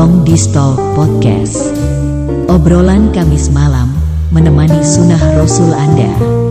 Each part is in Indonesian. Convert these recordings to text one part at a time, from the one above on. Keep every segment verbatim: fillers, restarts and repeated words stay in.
Long Distal Podcast. Obrolan Kamis malam menemani sunnah Rasul Anda.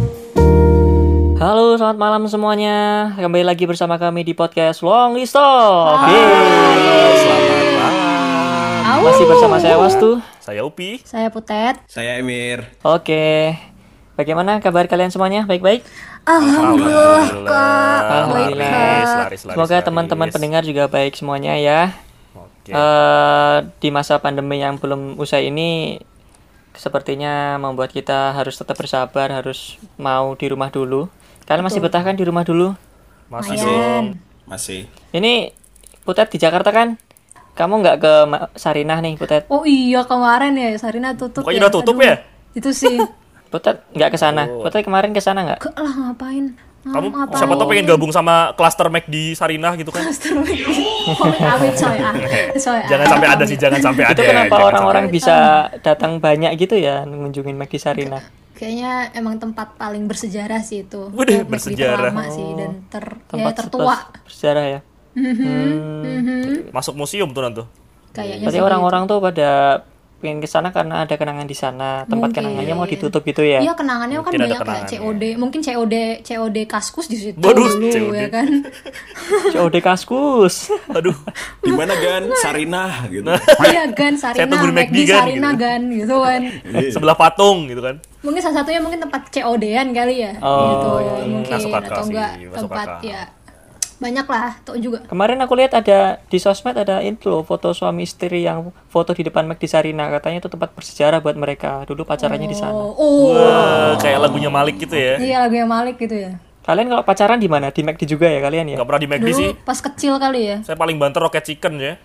Halo, selamat malam semuanya. Kembali lagi bersama kami di podcast Long Distal. Selamat malam. Masih bersama saya Wastu, Saya Upi, Saya Putet. Saya Emir. Oke. Bagaimana kabar kalian semuanya? Baik-baik? Alhamdulillah, Kak. Alhamdulillah. Laris, laris, laris, Semoga laris. teman-teman pendengar juga baik semuanya ya. Oke. Eh, di masa pandemi yang belum usai ini, sepertinya membuat kita harus tetap bersabar, harus mau di rumah dulu. Kalian masih betah kan di rumah dulu? Masih Lumayan. dong. Masih. Ini Putet di Jakarta kan? Kamu nggak ke Ma- Sarinah nih, Putet? Oh iya, kemarin ya Sarina tutup. Bukannya ya. udah tutup Aduh, ya? Itu sih. Putet nggak ke sana? Putet kemarin ke sana nggak? Ke lah ngapain? Kamu ngapain? siapa tau pengen gabung sama klaster Mac di Sarinah gitu kan? Komik awet coy ah. Coy, ah. Jangan sampai ada sih, jangan sampai ada. Itu kenapa Jangan orang-orang sampai. bisa datang banyak gitu ya mengunjungin Mac di Sarinah? Kayaknya emang tempat paling bersejarah sih itu. Waduh, Mac di bersejarah. terlama sih dan ter ya, Tempat tertua. bersejarah ya. Masuk museum tuh nanti. Kayaknya Berarti sih orang-orang tuh pada pengen ke sana karena ada kenangan di sana. Tempat Mungkin. kenangannya mau ditutup gitu ya. Iya, kenangannya kan Mungkin ada banyak kayak C O D, kenangannya. mungkin C O D C O D Kaskus di situ Waduh, dulu C O D. ya kan. C O D Kaskus. Aduh. Di mana Gan? Sarinah gitu. Iya Gan, Sarina, Saya tunggu di Mac McD, di Gan, Sarina gitu. Gan gitu kan. Sebelah patung gitu kan. Mungkin salah satunya mungkin tempat C O D-an kali ya. Oh, gitu mungkin masuk akal atau sih, enggak masuk tempat akal. ya. Banyak lah, tuh juga. Kemarin aku lihat ada di sosmed ada info foto suami istri yang foto di depan Mac di Sarinah. Katanya itu tempat bersejarah buat mereka. Dulu pacarannya di sana. Oh, oh. Wah, kayak lagunya Malik gitu ya. Iya lagunya Malik gitu ya. Kalian kalau pacaran di mana? Di Mac di juga ya kalian ya? Gak pernah di McD Dulu sih. pas kecil kali ya. Saya paling banter Rocket Chicken ya.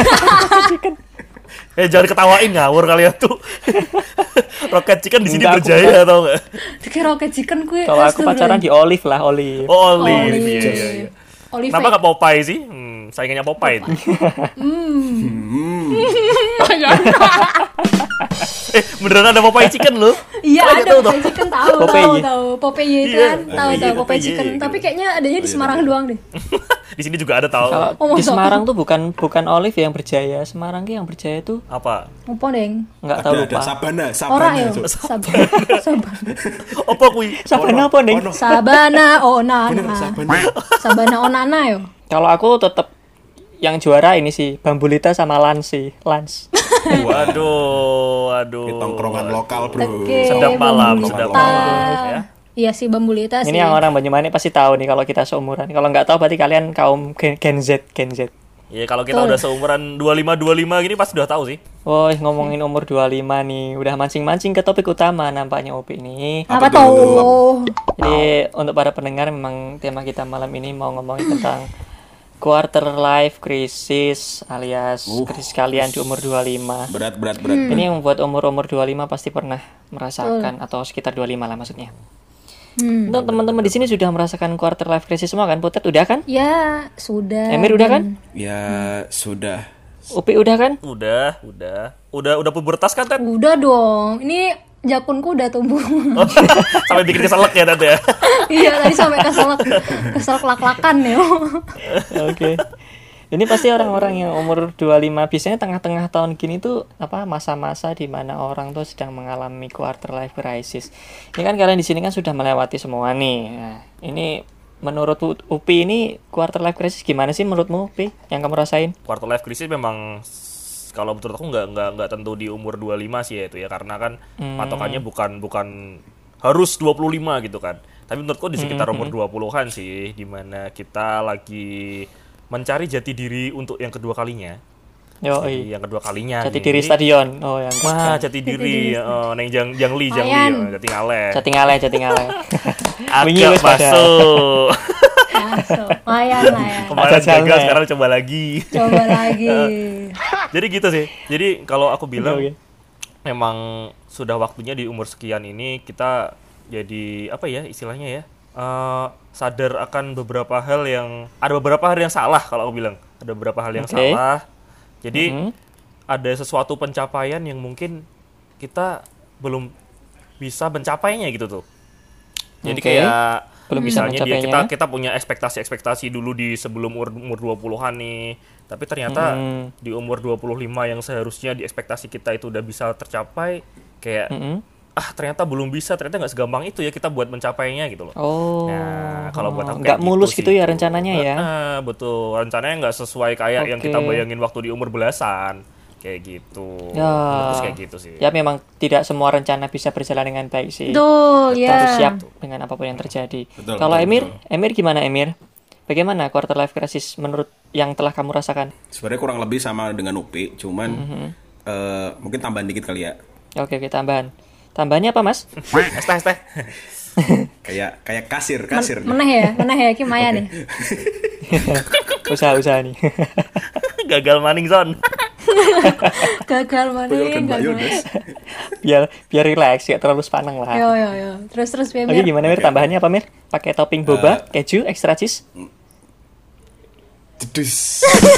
Eh jangan ketawain ngawur kalian tuh. Rocket Chicken di sini Enggak, aku berjaya tau gak? Kayak Rocket Chicken kue. Kalau aku pacaran di Olive lah, Olive. Oh, Olive. Olive. Iya, iya, iya. Olive. Kenapa gak Popeye sih? Hmm, saingannya Popeye itu. eh, beneran ada Popeye Chicken loh? Iya Kalian ada tahu Popeye Chicken tahu tahu Popeye. tahu Popeye itu Iya, kan tahu iya, tahu Popeye Popeye, Chicken. gitu. Tapi kayaknya adanya di Semarang doang deh. Di sini juga ada tahu. Kalau Oh, di masa? Semarang tuh bukan bukan Olive yang berjaya. Semarang tuh yang berjaya tuh Apa? Apa deng? nggak tahu Ada, lupa. ada Sabana, Ora Sabana. ya. Cuk. Sabana. Sabana. Apa kui? Sabana apa nih? Ono. Sabana Onana. Bener, Sabana. Sabana Onana yo. Kalau aku tetap yang juara ini sih Bambulita sama Lans sih, Lans. Waduh, waduh. Di tongkrongan lokal, Bro. Oke, Sedap malam, Bambulita. sedap malam ya. Iya sih Bambulita sih. Ini yang orang Banyumanik pasti tahu nih kalau kita seumuran. Kalau nggak tahu berarti kalian kaum Gen, Gen Z, Gen Z. Iya, kalau kita udah seumuran dua puluh lima dua puluh lima gini pasti udah tahu sih. Woi, ngomongin umur dua puluh lima nih, udah mancing-mancing ke topik utama nampaknya Opi ini. Apa Apa tuh? tuh? Jadi untuk para pendengar memang tema kita malam ini mau ngomongin tentang quarter life crisis alias Uh, krisis kalian di umur dua puluh lima. Berat, berat, berat. Ini yang membuat umur-umur dua puluh lima pasti pernah merasakan atau sekitar dua puluh lima lah maksudnya. Hmm. Untuk teman-teman di sini sudah merasakan quarter life crisis semua kan? Putet udah kan? Ya sudah. Emir udah kan? Ya, sudah. Upi udah kan? Udah, udah. Udah udah pubertas kan, Ted? Udah dong. Ini jakunku udah tumbuh. Oh, sampai bikin keselak ya, Ted ya. Iya tadi sampai keselak keselak lak-lakan ya. Oke. Ini pasti orang-orang yang umur dua puluh lima biasanya tengah-tengah tahun gini tuh apa masa-masa di mana orang tuh sedang mengalami quarter life crisis. Ini kan kalian di sini kan sudah melewati semua nih. Nah, ini menurut U- Upi ini quarter life crisis gimana sih menurutmu Upi yang kamu rasain? Quarter life crisis memang s- kalau menurut aku nggak nggak nggak tentu di umur dua puluh lima sih ya itu ya, karena kan patokannya bukan bukan harus dua puluh lima gitu kan. Tapi menurutku di sekitar umur dua puluhan sih, dimana kita lagi mencari jati diri untuk yang kedua kalinya. Yo, Jadi yang kedua kalinya. jati nih. diri Jadi- stadion. Oh, yang Wah, jati diri. Oh, neng jang jang li jang li, Mayan. oh, jati ngale. jati ngale, jati ngale. Wingi Agak wis pada. masuk. Masuk. Lumayan lah ya. Kemarin Ada jalan gagal, ya. sekarang coba lagi. Coba lagi. Jadi gitu sih. Jadi kalau aku bilang Oke, oke. memang sudah waktunya di umur sekian ini kita jadi apa ya istilahnya ya? eh, sadar akan beberapa hal yang ada beberapa hal yang salah kalau aku bilang. Ada beberapa hal yang Oke. salah. Jadi Mhm. ada sesuatu pencapaian yang mungkin kita belum bisa mencapainya gitu tuh. Jadi Oke. kayak belum bisa Misalnya dia kita mencapainya. kita punya ekspektasi-ekspektasi dulu di sebelum umur, umur dua puluhan nih. Tapi ternyata Mm-mm. di umur dua puluh lima yang seharusnya di ekspektasi kita itu udah bisa tercapai, kayak Mm-mm. ah ternyata belum bisa, ternyata nggak segampang itu ya kita buat mencapainya gitu loh. Oh, Nah, kalau buat aku nggak kayak mulus gitu gitu sih. ya rencananya ya? Ah, betul, rencananya nggak sesuai kayak yang Oke. kita bayangin waktu di umur belasan, kayak gitu. Ya, Menurutku kayak gitu sih. ya memang tidak semua rencana bisa berjalan dengan baik sih. Betul, Kita harus ya. siap dengan apapun yang terjadi. Betul, Kalau betul, Emir, betul. Emir gimana Emir? Bagaimana quarter life crisis menurut yang telah kamu rasakan? Sebenarnya kurang lebih sama dengan Upi, cuman eh, mungkin tambahan dikit kali ya. Oke, oke, tambahan. Tambahannya apa, Mas? Es teh, es teh. Kayak kayak kasir, kasir. Meneh ya, meneh ya, Ki Maya nih. Usaha-usaha nih. Gagal maning zone. Gagal mana Bayangkan Mbak gagal. Yones. biar biar relax, ya terlalu sepaneng lah. Yo yo yo. Terus terus ya, Oke, Mir. gimana Mir? Tambahannya apa Mir? Pakai topping boba, keju, extra cheese? Jedus.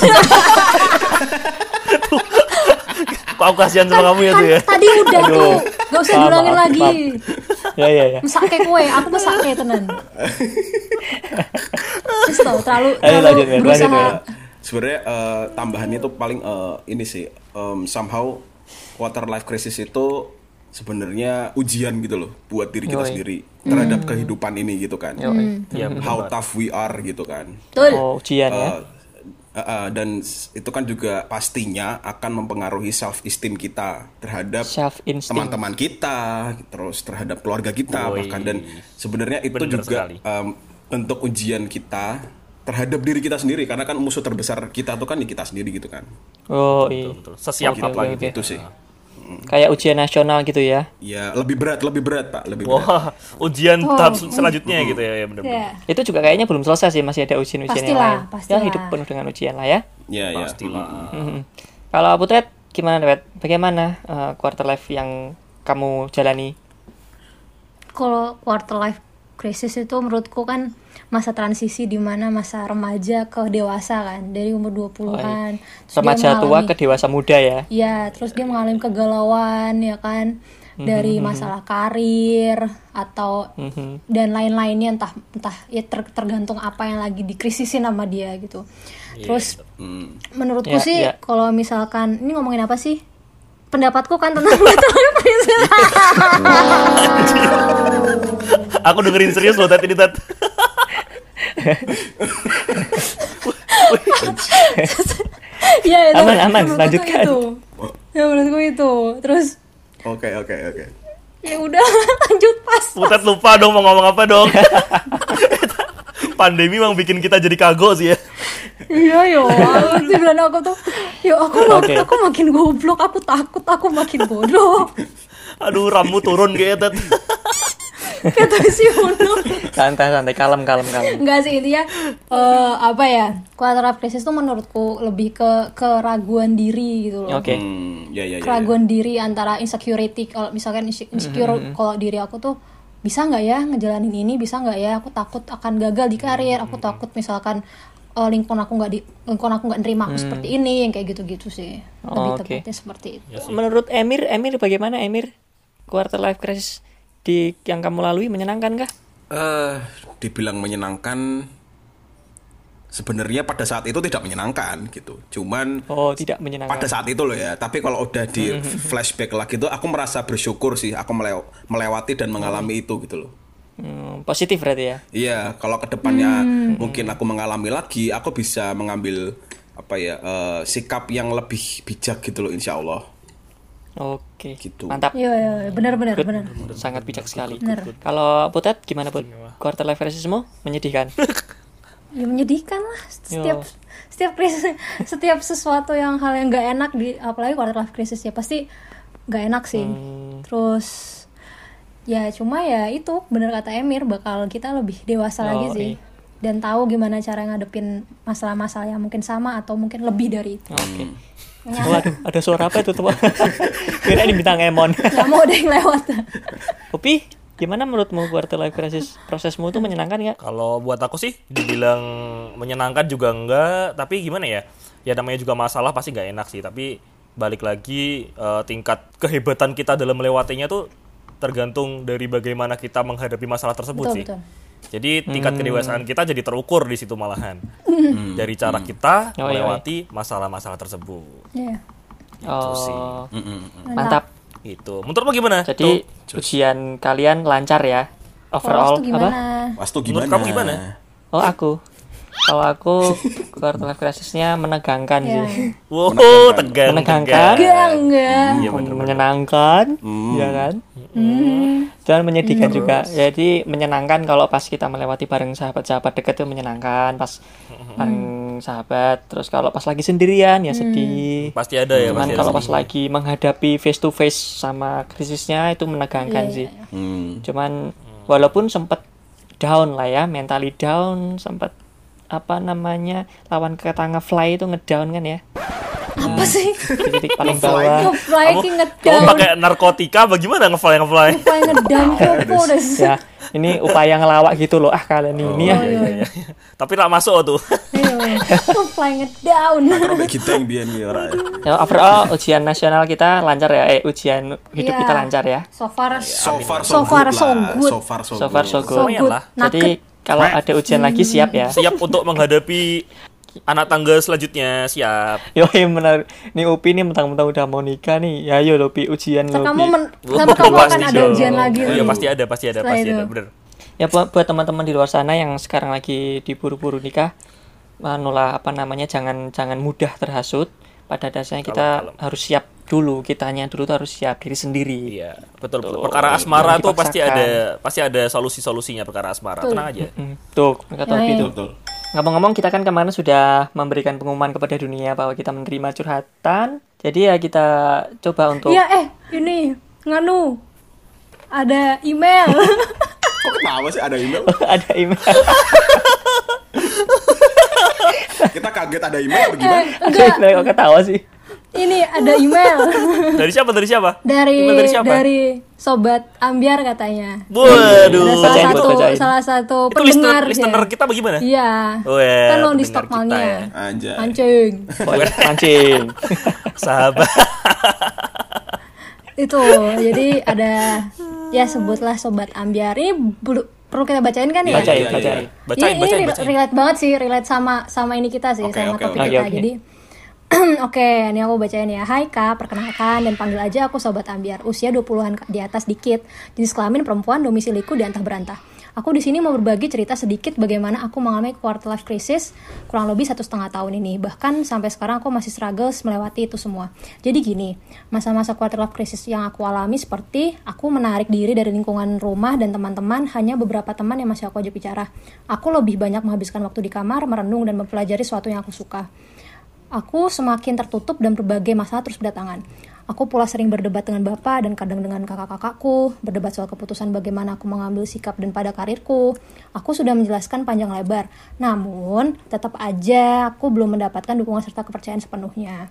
Kok aku kasihan sama kamu ya tuh ya. Tadi udah tuh. Gak usah Maaf, diulangin maaf, lagi. maaf. Ya, ya, ya. Mesake kue, aku mesake tenan. Terus tuh terlalu Ayo, terlalu lanjut, Mir, lanjut, berusaha. Mir. Sebenarnya eh, tambahannya tuh paling eh, ini sih em, somehow quarter life crisis itu sebenarnya ujian gitu loh buat diri kita Yoi. sendiri terhadap kehidupan ini gitu kan. Yoi. Iya, bener How banget. tough we are gitu kan. Betul. Oh, ujian ya. Eh, eh, eh, dan s- itu kan juga pastinya akan mempengaruhi self esteem kita terhadap Self instinct. teman-teman kita, terus terhadap keluarga kita Woi. bahkan, dan sebenarnya itu Bener juga sekali. em, bentuk ujian kita terhadap diri kita sendiri, karena kan musuh terbesar kita tuh kan di kita sendiri gitu kan. Oh, iya. Betul, betul. Sesiap Oke, apa oke, gitu. oke. Itu sih. Kayak ujian nasional gitu ya. Ya lebih berat, lebih berat Pak, lebih berat. Wah, ujian tahap selanjutnya gitu ya, ya benar-benar. Ya. Itu juga kayaknya belum selesai sih, masih ada ujian-ujian yang Pastilah, lain. pastilah. Ya, hidup penuh dengan ujian lah ya. Ya ya. Pastilah. Mhm. Kalau Abu Ted, gimana Ted? Bagaimana eh, quarter life yang kamu jalani? Kalau quarter life crisis itu menurutku kan masa transisi di mana masa remaja ke dewasa kan, dari umur dua puluhan. Terus dia Remaja tua mengalami- ke dewasa muda ya. Ya, terus dia mengalami kegalauan ya kan, dari masalah karir atau Mhm. dan lain-lainnya, entah entah ya ter- tergantung apa yang lagi dikrisisin sama dia gitu. Terus Hmm. menurutku Ya, sih ya. kalau misalkan ini ngomongin apa sih? Pendapatku kan tentang quarter life crisis. Aku dengerin serius loh tadi Tat. Ya, itu, Aman, aman, menurutku lanjutkan. itu. Ya menurutku itu. Terus Oke oke oke. ya udah lanjut pas. Butet lupa dong mau ngomong apa dong. Pandemi memang bikin kita jadi kagok sih ya. Iya yo, aku bilang aku tuh, yo aku Oke. aku makin goblok, aku takut, aku makin bodoh. Aduh, ramu turun kayaknya Tat. Kata si Uno. Santai, santai, kalem, kalem, kalem. Enggak sih, intinya eh, apa ya? Quarter life crisis tuh menurutku lebih ke keraguan diri gitu loh. Oke. Hmm, ya ya ya. Keraguan diri antara insecurity, kalau misalkan inse- insecure kalau diri aku tuh bisa nggak ya ngejalanin ini, bisa nggak ya, aku takut akan gagal di karir, aku takut misalkan eh, lingkungan aku nggak di lingkungan aku nggak nerima aku seperti ini, yang kayak gitu-gitu sih. Lebih Oh, oke. tepatnya seperti itu. Menurut Emir, Emir bagaimana Emir? Quarter life crisis di yang kamu lalui menyenangkan kah? Eh, dibilang menyenangkan, sebenarnya pada saat itu tidak menyenangkan gitu. Cuman Oh, tidak menyenangkan. pada saat itu loh ya. Tapi kalau udah di flashback lagi tuh, aku merasa bersyukur sih. Aku melew- melewati dan mengalami itu gitu loh. Hmm, positif berarti ya. Iya, kalau kedepannya mungkin aku mengalami lagi, aku bisa mengambil apa ya eh, sikap yang lebih bijak gitu loh, insya Allah. Oke. Gitu. Mantap. Iya, iya, benar-benar, Good. benar. Sangat bijak sekali. Bener. Kalau Putet gimana Put? Quarter life crisismu menyedihkan. Ya menyedihkan lah setiap setiap krisis, setiap sesuatu yang hal yang nggak enak di apalagi quarter life crisis ya pasti nggak enak sih. Hmm. Terus ya cuma ya itu bener kata Emir, bakal kita lebih dewasa Oh, lagi sih. iya. Dan tahu gimana cara ngadepin masalah-masalah yang mungkin sama atau mungkin lebih dari itu. Oke. Waduh, ada suara apa itu tuh? Kira ini bintang Emon. Gak mau ada yang lewat. Upi, gimana menurutmu quarter life crisis? Prosesmu itu menyenangkan nggak? Kalau buat aku sih dibilang menyenangkan juga enggak, tapi gimana ya? Ya namanya juga masalah pasti nggak enak sih, tapi balik lagi eh, tingkat kehebatan kita dalam melewatinya tuh tergantung dari bagaimana kita menghadapi masalah tersebut Betul, sih. betul. Jadi tingkat Hmm. kedewasaan kita jadi terukur di situ malahan. Hmm. Dari cara kita Oh, iya, melewati masalah-masalah tersebut. Iya. Gitu sih. Oh, Mm-mm. mantap. Gitu. Menurutmu gimana? Jadi Tuh. ujian kalian lancar ya? Kalau Overall itu apa? gimana? Wastu Menurut gimana? kamu gimana? Oh aku. Kalau aku quarter life crisis-nya menegangkan Ya. sih. Wow, Menegangkan. tegang. Menegangkan. Enggak, enggak. Iya bener-bener. Menyenangkan, Hmm. ya kan? Hmm. Dan menyedihkan juga. Jadi menyenangkan kalau pas kita melewati bareng sahabat-sahabat dekat itu menyenangkan, pas bareng sahabat. Terus kalau pas lagi sendirian ya sedih. Pasti ada ya, Cuman pasti kalau ada. pas lagi menghadapi face to face sama krisisnya itu menegangkan Iya, sih. iya, Hmm. Cuman walaupun sempat down lah ya, mentally down, sempat apa namanya lawan kata nge-fly itu ngedown kan ya. Apa sih? Di titik paling bawah. Ngefly Kamu, ki kamu ngedown. pakai narkotika bagaimana ngefly ngefly? Ngefly ngedown ki opo des. Ya, ini upaya ngelawak gitu loh. Ah kalian ini ya. Oh, iya, iya. Tapi tak masuk tuh. Ayo. Ngefly ngedown. Kalau kayak kita yang biyen ki ora. ya. Ya, overall ujian nasional kita lancar ya. Eh ujian hidup Iya. kita lancar ya. So far So far So so, far, good so lah. good. So far so, So far so good. good. so Lumayan good. lah. Jadi Naked. kalau ada ujian lagi siap ya. Siap untuk menghadapi anak tangga selanjutnya, siap. Yoi benar. Nih Upi nih mentang-mentang udah mau nikah nih. Ya ayo lo Pi ujian lo kamu Pi. men- kenapa kamu akan Pasti ada dong. ujian lagi? Oh, iya nih? pasti ada, pasti ada, Setelah pasti itu. ada, bener. Ya buat, buat teman-teman di luar sana yang sekarang lagi diburu-buru nikah, manulah apa namanya jangan jangan mudah terhasut. Pada dasarnya kita Kalem-kalem. harus siap dulu, kitanya dulu tuh harus siap diri sendiri. Iya, betul, betul. Tuh, Perkara asmara jangan tuh pasti dipaksakan. ada, pasti ada solusi-solusinya perkara asmara. Betul. Tenang aja. Hmm, tuh, kata Ya, Upi ya. tuh. Betul. Ngomong-ngomong kita kan kemarin sudah memberikan pengumuman kepada dunia bahwa kita menerima curhatan. Jadi ya kita coba untuk Iya eh ini nganu ada email. Kok ketawa sih ada email? ada email. Kita kaget ada email apa gimana? Enggak, Nah, kok ketawa sih? ini ada email Dari siapa? Dari siapa? dari Email dari siapa? dari sobat Ambiar katanya. Waduh. Ada salah Bacain, satu Bud, bacain. salah satu Itu listener, pendengar listener ya. kita bagaimana? Iya. Oh, ya, Kan lo di pendengar stok kita malnya. ya. Anjay. Mancing. Mancing. Sahabat. Itu. Jadi ada ya sebutlah sobat Ambiar. Ini belu- perlu kita bacain kan ya? Bacain, Iya, iya, bacain. iya. Bacain, ini, bacain, ini bacain. relate banget sih, relate sama sama ini kita sih, Oke, sama oke, topik oke. kita. Oke, oke. Jadi oke, ini aku bacain ya. Hai Kak, perkenalkan dan panggil aja aku Sobat Ambiar. Usia dua puluhan di atas dikit. Jenis kelamin perempuan, domisiliku di antah berantah. Aku di sini mau berbagi cerita sedikit bagaimana aku mengalami quarter life crisis kurang lebih satu setengah tahun ini. Bahkan sampai sekarang aku masih struggles melewati itu semua. Jadi gini, masa-masa quarter life crisis yang aku alami seperti aku menarik diri dari lingkungan rumah dan teman-teman, hanya beberapa teman yang masih aku ajak bicara. Aku lebih banyak menghabiskan waktu di kamar, merenung dan mempelajari sesuatu yang aku suka. Aku semakin tertutup dan berbagai masalah terus berdatangan. Aku pula sering berdebat dengan bapak dan kadang dengan kakak-kakakku, berdebat soal keputusan bagaimana aku mengambil sikap dan pada karirku. Aku sudah menjelaskan panjang lebar, namun tetap aja aku belum mendapatkan dukungan serta kepercayaan sepenuhnya.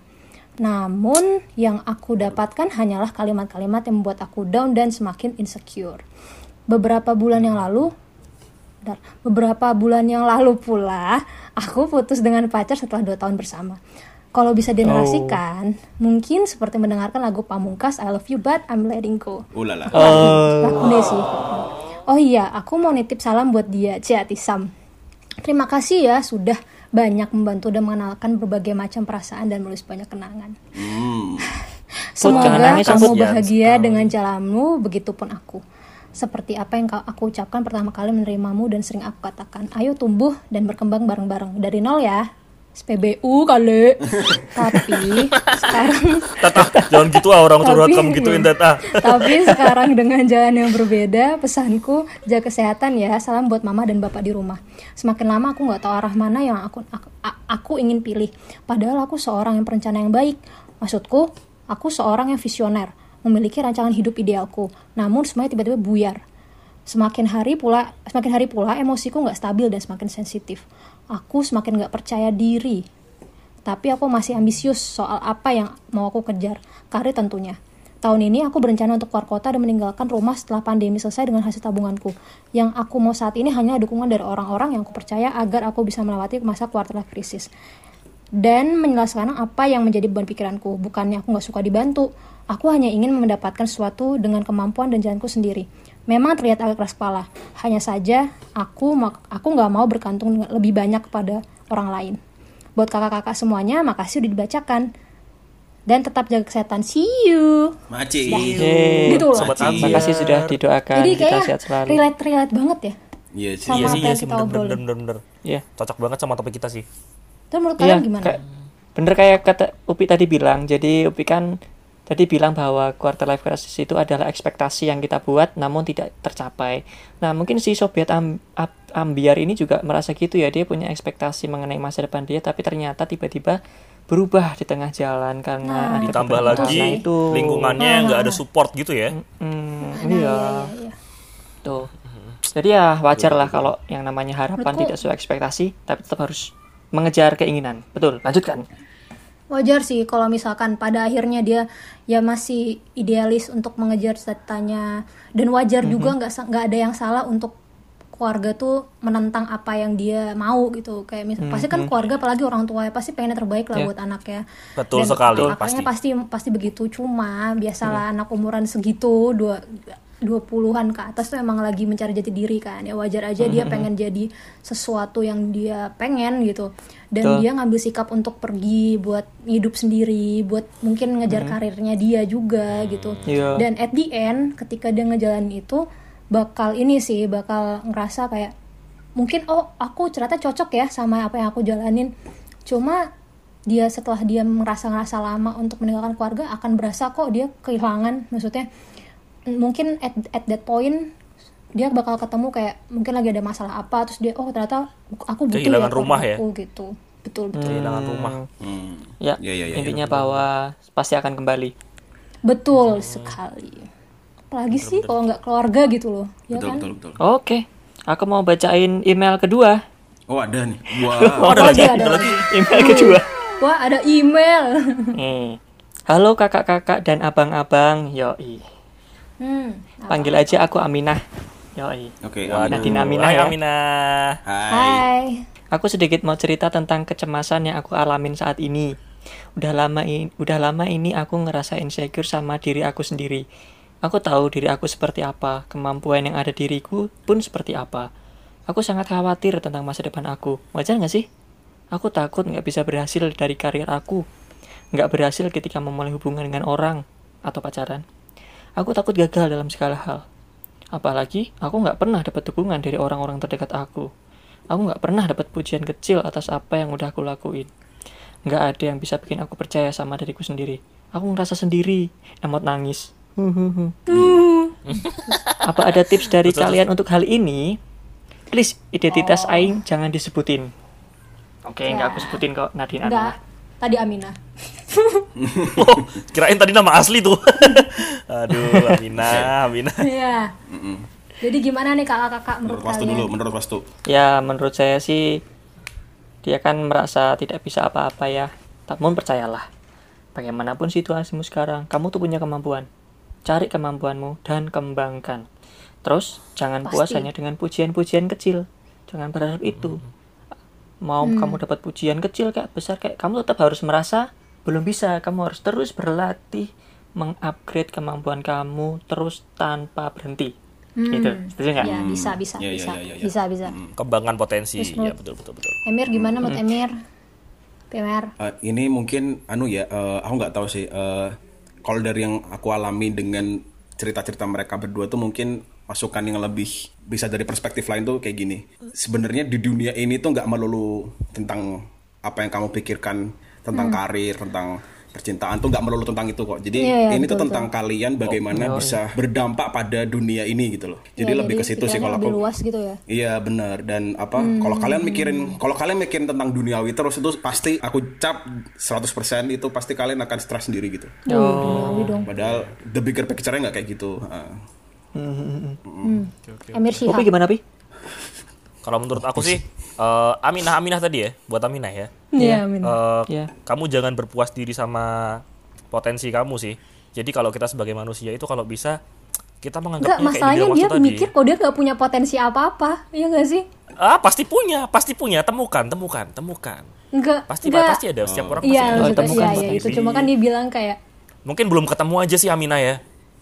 Namun yang aku dapatkan hanyalah kalimat-kalimat yang membuat aku down dan semakin insecure. Beberapa bulan yang lalu, bentar, beberapa bulan yang lalu pula, aku putus dengan pacar setelah dua tahun bersama. Kalau bisa dinarasikan, oh. mungkin seperti mendengarkan lagu Pamungkas I Love You But I'm Letting Go. Ulala. Lagu deh sih. Oh iya, aku mau nitip salam buat dia, Ciatisam. Terima kasih ya sudah banyak membantu dan mengenalkan berbagai macam perasaan dan menulis banyak kenangan. Hmm. Semoga nangis, kamu Put. bahagia dengan jalanmu, begitupun aku. Seperti apa yang aku ucapkan pertama kali menerimamu dan sering aku katakan, ayo tumbuh dan berkembang bareng-bareng. Dari nol ya, S P B U kali. Tapi sekarang Tata, jangan gitu ah orang curhat Tapi- kamu gituin Tata. Tapi sekarang dengan jalan yang berbeda, pesanku jaga kesehatan ya. Salam buat mama dan bapak di rumah. Semakin lama aku nggak tahu arah mana yang aku, aku aku ingin pilih. Padahal aku seorang yang perencana yang baik. Maksudku, aku seorang yang visioner, memiliki rancangan hidup idealku. Namun semuanya tiba-tiba buyar. Semakin hari pula, semakin hari pula emosiku nggak stabil dan semakin sensitif. Aku semakin nggak percaya diri. Tapi aku masih ambisius soal apa yang mau aku kejar. Karir tentunya. Tahun ini aku berencana untuk keluar kota dan meninggalkan rumah setelah pandemi selesai dengan hasil tabunganku. Yang aku mau saat ini hanya dukungan dari orang-orang yang aku percaya agar aku bisa melewati masa quarter life crisis. Dan menjelaskan apa yang menjadi beban pikiranku. Bukannya aku nggak suka dibantu. Aku hanya ingin mendapatkan sesuatu dengan kemampuan dan jalanku sendiri. memang terlihat agak keras kepala. Hanya saja aku aku nggak mau bergantung lebih banyak kepada orang lain. Buat kakak-kakak semuanya, makasih udah dibacakan. Dan tetap jaga kesehatan. See you. Maci. Yeay. Gitu loh. Sobat Terima ambiar. kasih sudah didoakan. Jadi Kita kayak sehat selalu. relate-relate banget ya. Iya sih. Sama Iya sih, apa iya yang sih, kita bener, obrolin. bener, bener, bener. Iya. Cocok banget sama topik kita sih. Terus menurut Iya, kalian gimana? kayak- bener kayak kata Upi tadi bilang. Jadi Upi kan tadi bilang bahwa quarter life crisis itu adalah ekspektasi yang kita buat namun tidak tercapai. Nah, mungkin si sobat am, ab, ambiar ini juga merasa gitu ya. Dia punya ekspektasi mengenai masa depan dia, tapi ternyata tiba-tiba berubah di tengah jalan karena ada Ditambah beberapa lagi hal itu. lingkungannya nggak ada support gitu ya. Hmm, Nah, iya. iya, iya. Tuh. Jadi ya wajar lah kalau yang namanya harapan Menurutku- tidak sesuai ekspektasi, tapi tetap harus mengejar keinginan. Betul, lanjutkan. Wajar sih kalau misalkan pada akhirnya dia ya masih idealis untuk mengejar cita-citanya, dan wajar juga nggak sa- nggak ada yang salah untuk keluarga tuh menentang apa yang dia mau gitu. Kayak misal pasti kan keluarga apalagi orang tua ya pasti pengen yang terbaik lah Ya. buat anaknya. Betul Dan sekali, makanya pasti pasti begitu. Cuma biasalah anak umuran segitu dua dua puluhan ke atas tuh emang lagi mencari jati diri kan. Ya wajar aja dia pengen jadi sesuatu yang dia pengen gitu. Dan Betul. dia ngambil sikap untuk pergi buat hidup sendiri, buat mungkin ngejar karirnya dia juga gitu. Iya. Dan at the end ketika dia ngejalanin itu bakal ini sih, bakal ngerasa kayak mungkin oh aku ternyata cocok ya sama apa yang aku jalanin. Cuma dia setelah dia merasa-ngerasa lama untuk meninggalkan keluarga akan berasa kok dia kehilangan, maksudnya mungkin at, at that point dia bakal ketemu kayak mungkin lagi ada masalah apa, terus dia oh ternyata aku butuh Kehilangan ya rumah ya? keluargaku gitu. Betul betul. Kehilangan rumah. Hmm. Ya, Ya, ya, ya, intinya bahwa pasti akan kembali. Betul sekali. Apalagi sih kalau nggak keluarga gitu loh, ya Betul, kan? betul, betul. Oke, aku mau bacain email kedua. Oh, ada nih. Wah. Oh, ada lagi, ada ada lagi. Email kedua. Wah ada email. Nih. Halo kakak-kakak dan abang-abang, yoi. Hmm. Panggil aja aku Aminah, yoi. Oke, Waduh. Nadine Aminah Hai ya. Aminah. Hai. Hai. Aku sedikit mau cerita tentang kecemasan yang aku alamin saat ini. Udah lama ini, udah lama ini aku ngerasa insecure sama diri aku sendiri. Aku tahu diri aku seperti apa, kemampuan yang ada diriku pun seperti apa. Aku sangat khawatir tentang masa depan aku. Wajar nggak sih? Aku takut nggak bisa berhasil dari karir aku. Nggak berhasil ketika memulai hubungan dengan orang atau pacaran. Aku takut gagal dalam segala hal. Apalagi, aku nggak pernah dapat dukungan dari orang-orang terdekat aku. Aku nggak pernah dapat pujian kecil atas apa yang udah aku lakuin. Nggak ada yang bisa bikin aku percaya sama diriku sendiri. Aku ngerasa sendiri, emot nangis. Apa ada tips dari kalian untuk hal ini? Please, identitas Aing jangan disebutin. Oke, nggak aku sebutin kok, Nadine Enggak. Aminah. Tadi Aminah. Oh, kirain tadi nama asli tuh. Aduh, Aminah, Aminah. Iya. Jadi gimana nih kakak-kakak menurut Menurut Wastu kalian? dulu, menurut Wastu. Ya, menurut saya sih dia kan merasa tidak bisa apa-apa ya. Namun percayalah, bagaimanapun situasimu sekarang, kamu tuh punya kemampuan. Cari kemampuanmu dan kembangkan. Terus, jangan puas Pasti. hanya dengan pujian-pujian kecil. Jangan berharap itu. Mau kamu dapat pujian kecil kayak besar kayak, kamu tetap harus merasa belum bisa. Kamu harus terus berlatih mengupgrade kemampuan kamu terus tanpa berhenti. Gitu. Setuju nggak? Ya bisa bisa Ya, ya, bisa ya, ya, ya. bisa bisa. Kembangkan potensi. Terus Ya, menurut- betul, betul, betul. Emir gimana menurut Emir? Emir. Eh, ini mungkin anu ya, eh, aku nggak tahu sih. eh, kalau dari yang aku alami dengan cerita-cerita mereka berdua tuh mungkin masukan yang lebih bisa dari perspektif lain tuh kayak gini. Sebenarnya di dunia ini tuh nggak melulu tentang apa yang kamu pikirkan tentang karir, tentang percintaan tuh nggak melulu tentang itu kok. Jadi Iya, iya, ini tuh betul, tentang kalian bagaimana bisa berdampak pada dunia ini gitu loh. Jadi Ya, lebih ke situ sih pikirannya kalau lebih aku. luas gitu ya. Iya benar, dan apa kalau kalian mikirin kalau kalian mikirin tentang duniawi terus itu pasti aku cap seratus persen itu pasti kalian akan stres sendiri gitu. Oh, duniawi dong. Padahal the bigger picture-nya nggak kayak gitu. Ah. Emir Syihab. Opi gimana, Pi? Kalau menurut aku sih, eh, Aminah, Aminah tadi ya, buat Aminah ya. Iya, Amin. Eh, Iya. Kamu jangan berpuas diri sama potensi kamu sih. Jadi kalau kita sebagai manusia itu kalau bisa kita Enggak, menganggapnya kayak masalahnya di dia tadi. mikir kok dia nggak punya potensi apa-apa. Iya nggak sih? Ah, pasti punya, pasti punya. Temukan, temukan, temukan. Enggak. Pasti enggak. pasti ada setiap orang pasti Iya, ada. maksudnya temukan iya, iya potensi. itu. Cuma kan dia bilang kayak Mungkin belum ketemu aja sih Aminah ya.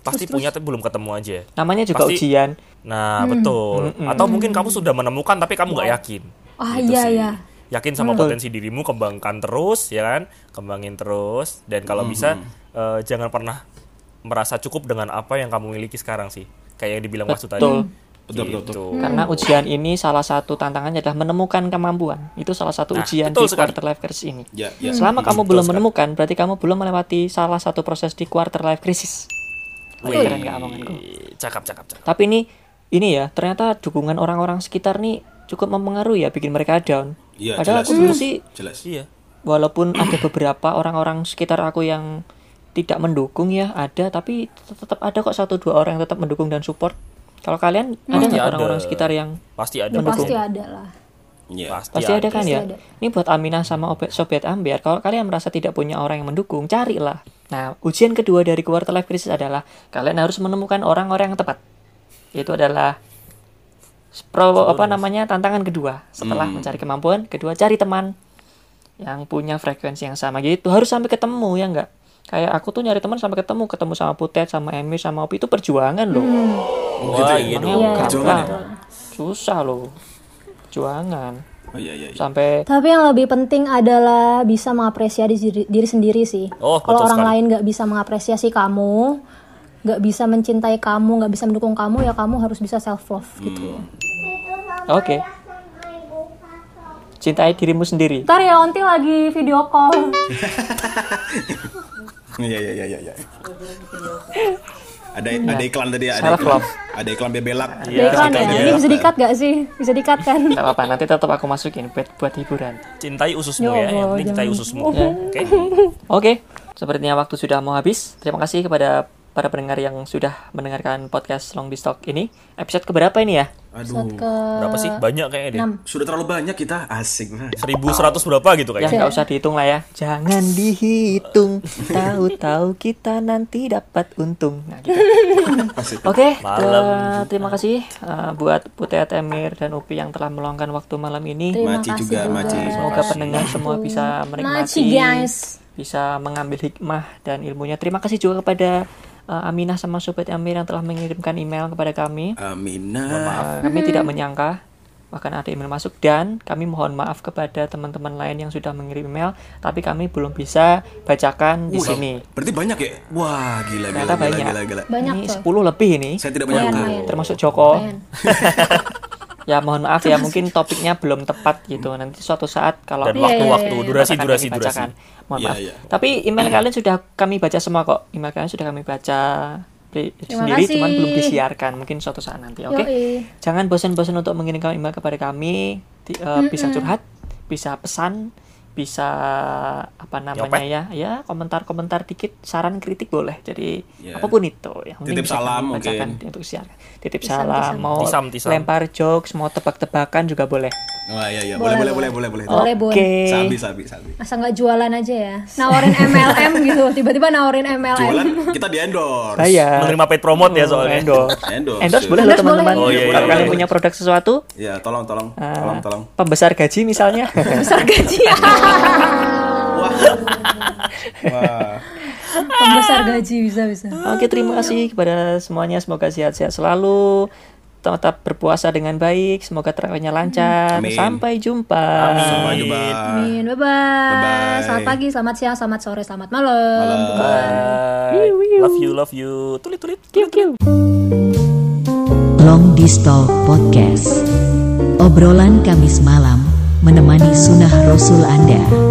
pasti punya tapi belum ketemu aja. Namanya juga Pasti- ujian. Nah, betul. Atau mungkin kamu sudah menemukan tapi kamu nggak yakin. Ah, Gitu iya, sih. iya. Yakin sama potensi dirimu, kembangkan terus, ya kan? Kembangin terus. Dan kalau bisa, eh, jangan pernah merasa cukup dengan apa yang kamu miliki sekarang sih. Kayak yang dibilang Wasu tadi. Betul. Betul, betul, betul. Gitu. Karena ujian ini salah satu tantangannya adalah menemukan kemampuan. Itu salah satu Nah, ujian betul di sekali. quarter life crisis ini. Ya, ya. Selama Hmm, kamu betul belum sekali. menemukan, berarti kamu belum melewati salah satu proses di quarter life crisis. Wih, Keren nggak omonganku? cakap, cakap, cakap. Tapi ini ini ya, ternyata dukungan orang-orang sekitar nih cukup mempengaruhi ya, bikin mereka down. Iya, Padahal jelas. aku dulu sih, Jelas. Iya. walaupun ada beberapa orang-orang sekitar aku yang tidak mendukung ya, ada, tapi tetap ada kok satu dua orang yang tetap mendukung dan support. Kalau kalian ada Pasti nggak ada. orang-orang sekitar yang Pasti ada. Ya, mendukung? pasti ada lah. Iya. pasti ada kan Pasti ya? ada. Ini buat Aminah sama Obe- Sobat Ambiar, kalau kalian merasa tidak punya orang yang mendukung, carilah. Nah, ujian kedua dari quarter life crisis adalah kalian harus menemukan orang-orang yang tepat. Itu adalah pro, apa namanya tantangan kedua. Setelah mencari kemampuan, kedua cari teman yang punya frekuensi yang sama gitu. Harus sampai ketemu ya enggak? Kayak aku tuh nyari teman sampai ketemu, ketemu sama Putet, sama Emir, sama Opi itu perjuangan loh. Wah, iya dong. Emangnya perjuangan gampang. Susah loh. Perjuangan. Oh iya, iya, iya. Sampai Tapi yang lebih penting adalah bisa mengapresiasi diri, diri sendiri sih. Oh, Kalau betul orang sekali. lain nggak bisa mengapresiasi kamu, nggak bisa mencintai kamu, nggak bisa mendukung kamu, ya kamu harus bisa self love gitu. oke. Cintai dirimu sendiri. Ntar ya Onti lagi video call. Iya, iya, iya, iya, iya. Ada ada iklan tadi ya, ada Self iklan. love. Ada iklan bebelak. Iya, Ada iklan ya. iya. Ini bisa dikat gak sih? Bisa dikat kan? Gak apa-apa, nanti tetap aku masukin buat, buat hiburan. Cintai ususmu Ya ya, yang Allah, penting cintai jangan. ususmu. Ya. Oke. Oke, sepertinya waktu sudah mau habis. Terima kasih kepada para pendengar yang sudah mendengarkan podcast Long Distalk ini. Episode keberapa ini ya? Aduh. Ke Berapa sih? Banyak kayaknya deh. enam. Sudah terlalu banyak kita, asik. Nah. seribu seratus berapa gitu Ya kayaknya. nggak usah dihitung lah ya. Jangan dihitung, tahu-tahu kita nanti dapat untung. Nah, gitu. Asik. Oke, Malam. eh, terima kasih eh, buat Putet, Emir, dan Upi yang telah meluangkan waktu malam ini. Terima Maci kasih juga, Maci. Semoga pendengar semua bisa Maci menikmati, guys. bisa mengambil hikmah dan ilmunya. Terima kasih juga kepada uh, Aminah sama Sobat Amir yang telah mengirimkan email kepada kami. Aminah. Uh, kami tidak menyangka bahkan ada email masuk, dan kami mohon maaf kepada teman-teman lain yang sudah mengirim email, tapi kami belum bisa bacakan di Wah, sini. Berarti banyak ya? Wah, gila, gila, Ternyata gila, banyak. gila, gila. Banyak Ini tuh. sepuluh lebih ini, Saya tidak Lumayan, menyangka. lumayan. termasuk Joko. Lumayan. Ya mohon maaf ya, mungkin topiknya belum tepat gitu. Nanti suatu saat kalau Dan Iya, waktu-waktu, iya, iya. durasi, akan durasi, kami durasi. bacakan. Mohon Iya, maaf. iya. Tapi email kalian sudah kami baca semua kok. Email kalian sudah kami baca pri- Terima sendiri, kasih. cuman belum disiarkan. Mungkin suatu saat nanti. Oke. Yoi. Jangan bosan-bosan untuk mengirimkan email kepada kami. Di- eh, bisa curhat, bisa pesan, bisa apa namanya Nyopet. ya, ya komentar-komentar dikit, saran kritik boleh. Jadi Ya. apapun itu yang penting Titip bisa kami salam bacakan mungkin. untuk siarkan. Titip Tisam, salam, tisam. mau Tisam, tisam. lempar jokes, mau tebak-tebakan juga boleh. Wah, iya, iya. Boleh, boleh, boleh, boleh, boleh. Boleh, Bun. Oke. Sabi, sabi, sabi. Asal nggak jualan aja ya. Nawarin M L M gitu. Tiba-tiba nawarin M L M. Jualan kita di endorse. Bayar. Menerima paid promote ya soalnya. Endorse. Endorse. Endorse boleh loh Endorse teman-teman. boleh. Oh, iya, iya, Kalau iya. kalian punya produk sesuatu, Ya, tolong, tolong, eh, tolong, tolong. pembesar gaji misalnya. Besar gaji. Wah. Pembesar gaji bisa-bisa. Oke, terima kasih kepada semuanya. Semoga sehat-sehat selalu. Tetap berpuasa dengan baik. Semoga terawihnya lancar. Amin. Sampai jumpa. Sampai jumpa. Amin. Bye-bye. Bye-bye. Selamat pagi, selamat siang, selamat sore, selamat malam. Malam. Bye. Love you, love you. Tulit, tulit. Kiu, kiu. Long Distalk Podcast. Obrolan Kamis malam menemani sunnah Rasul Anda.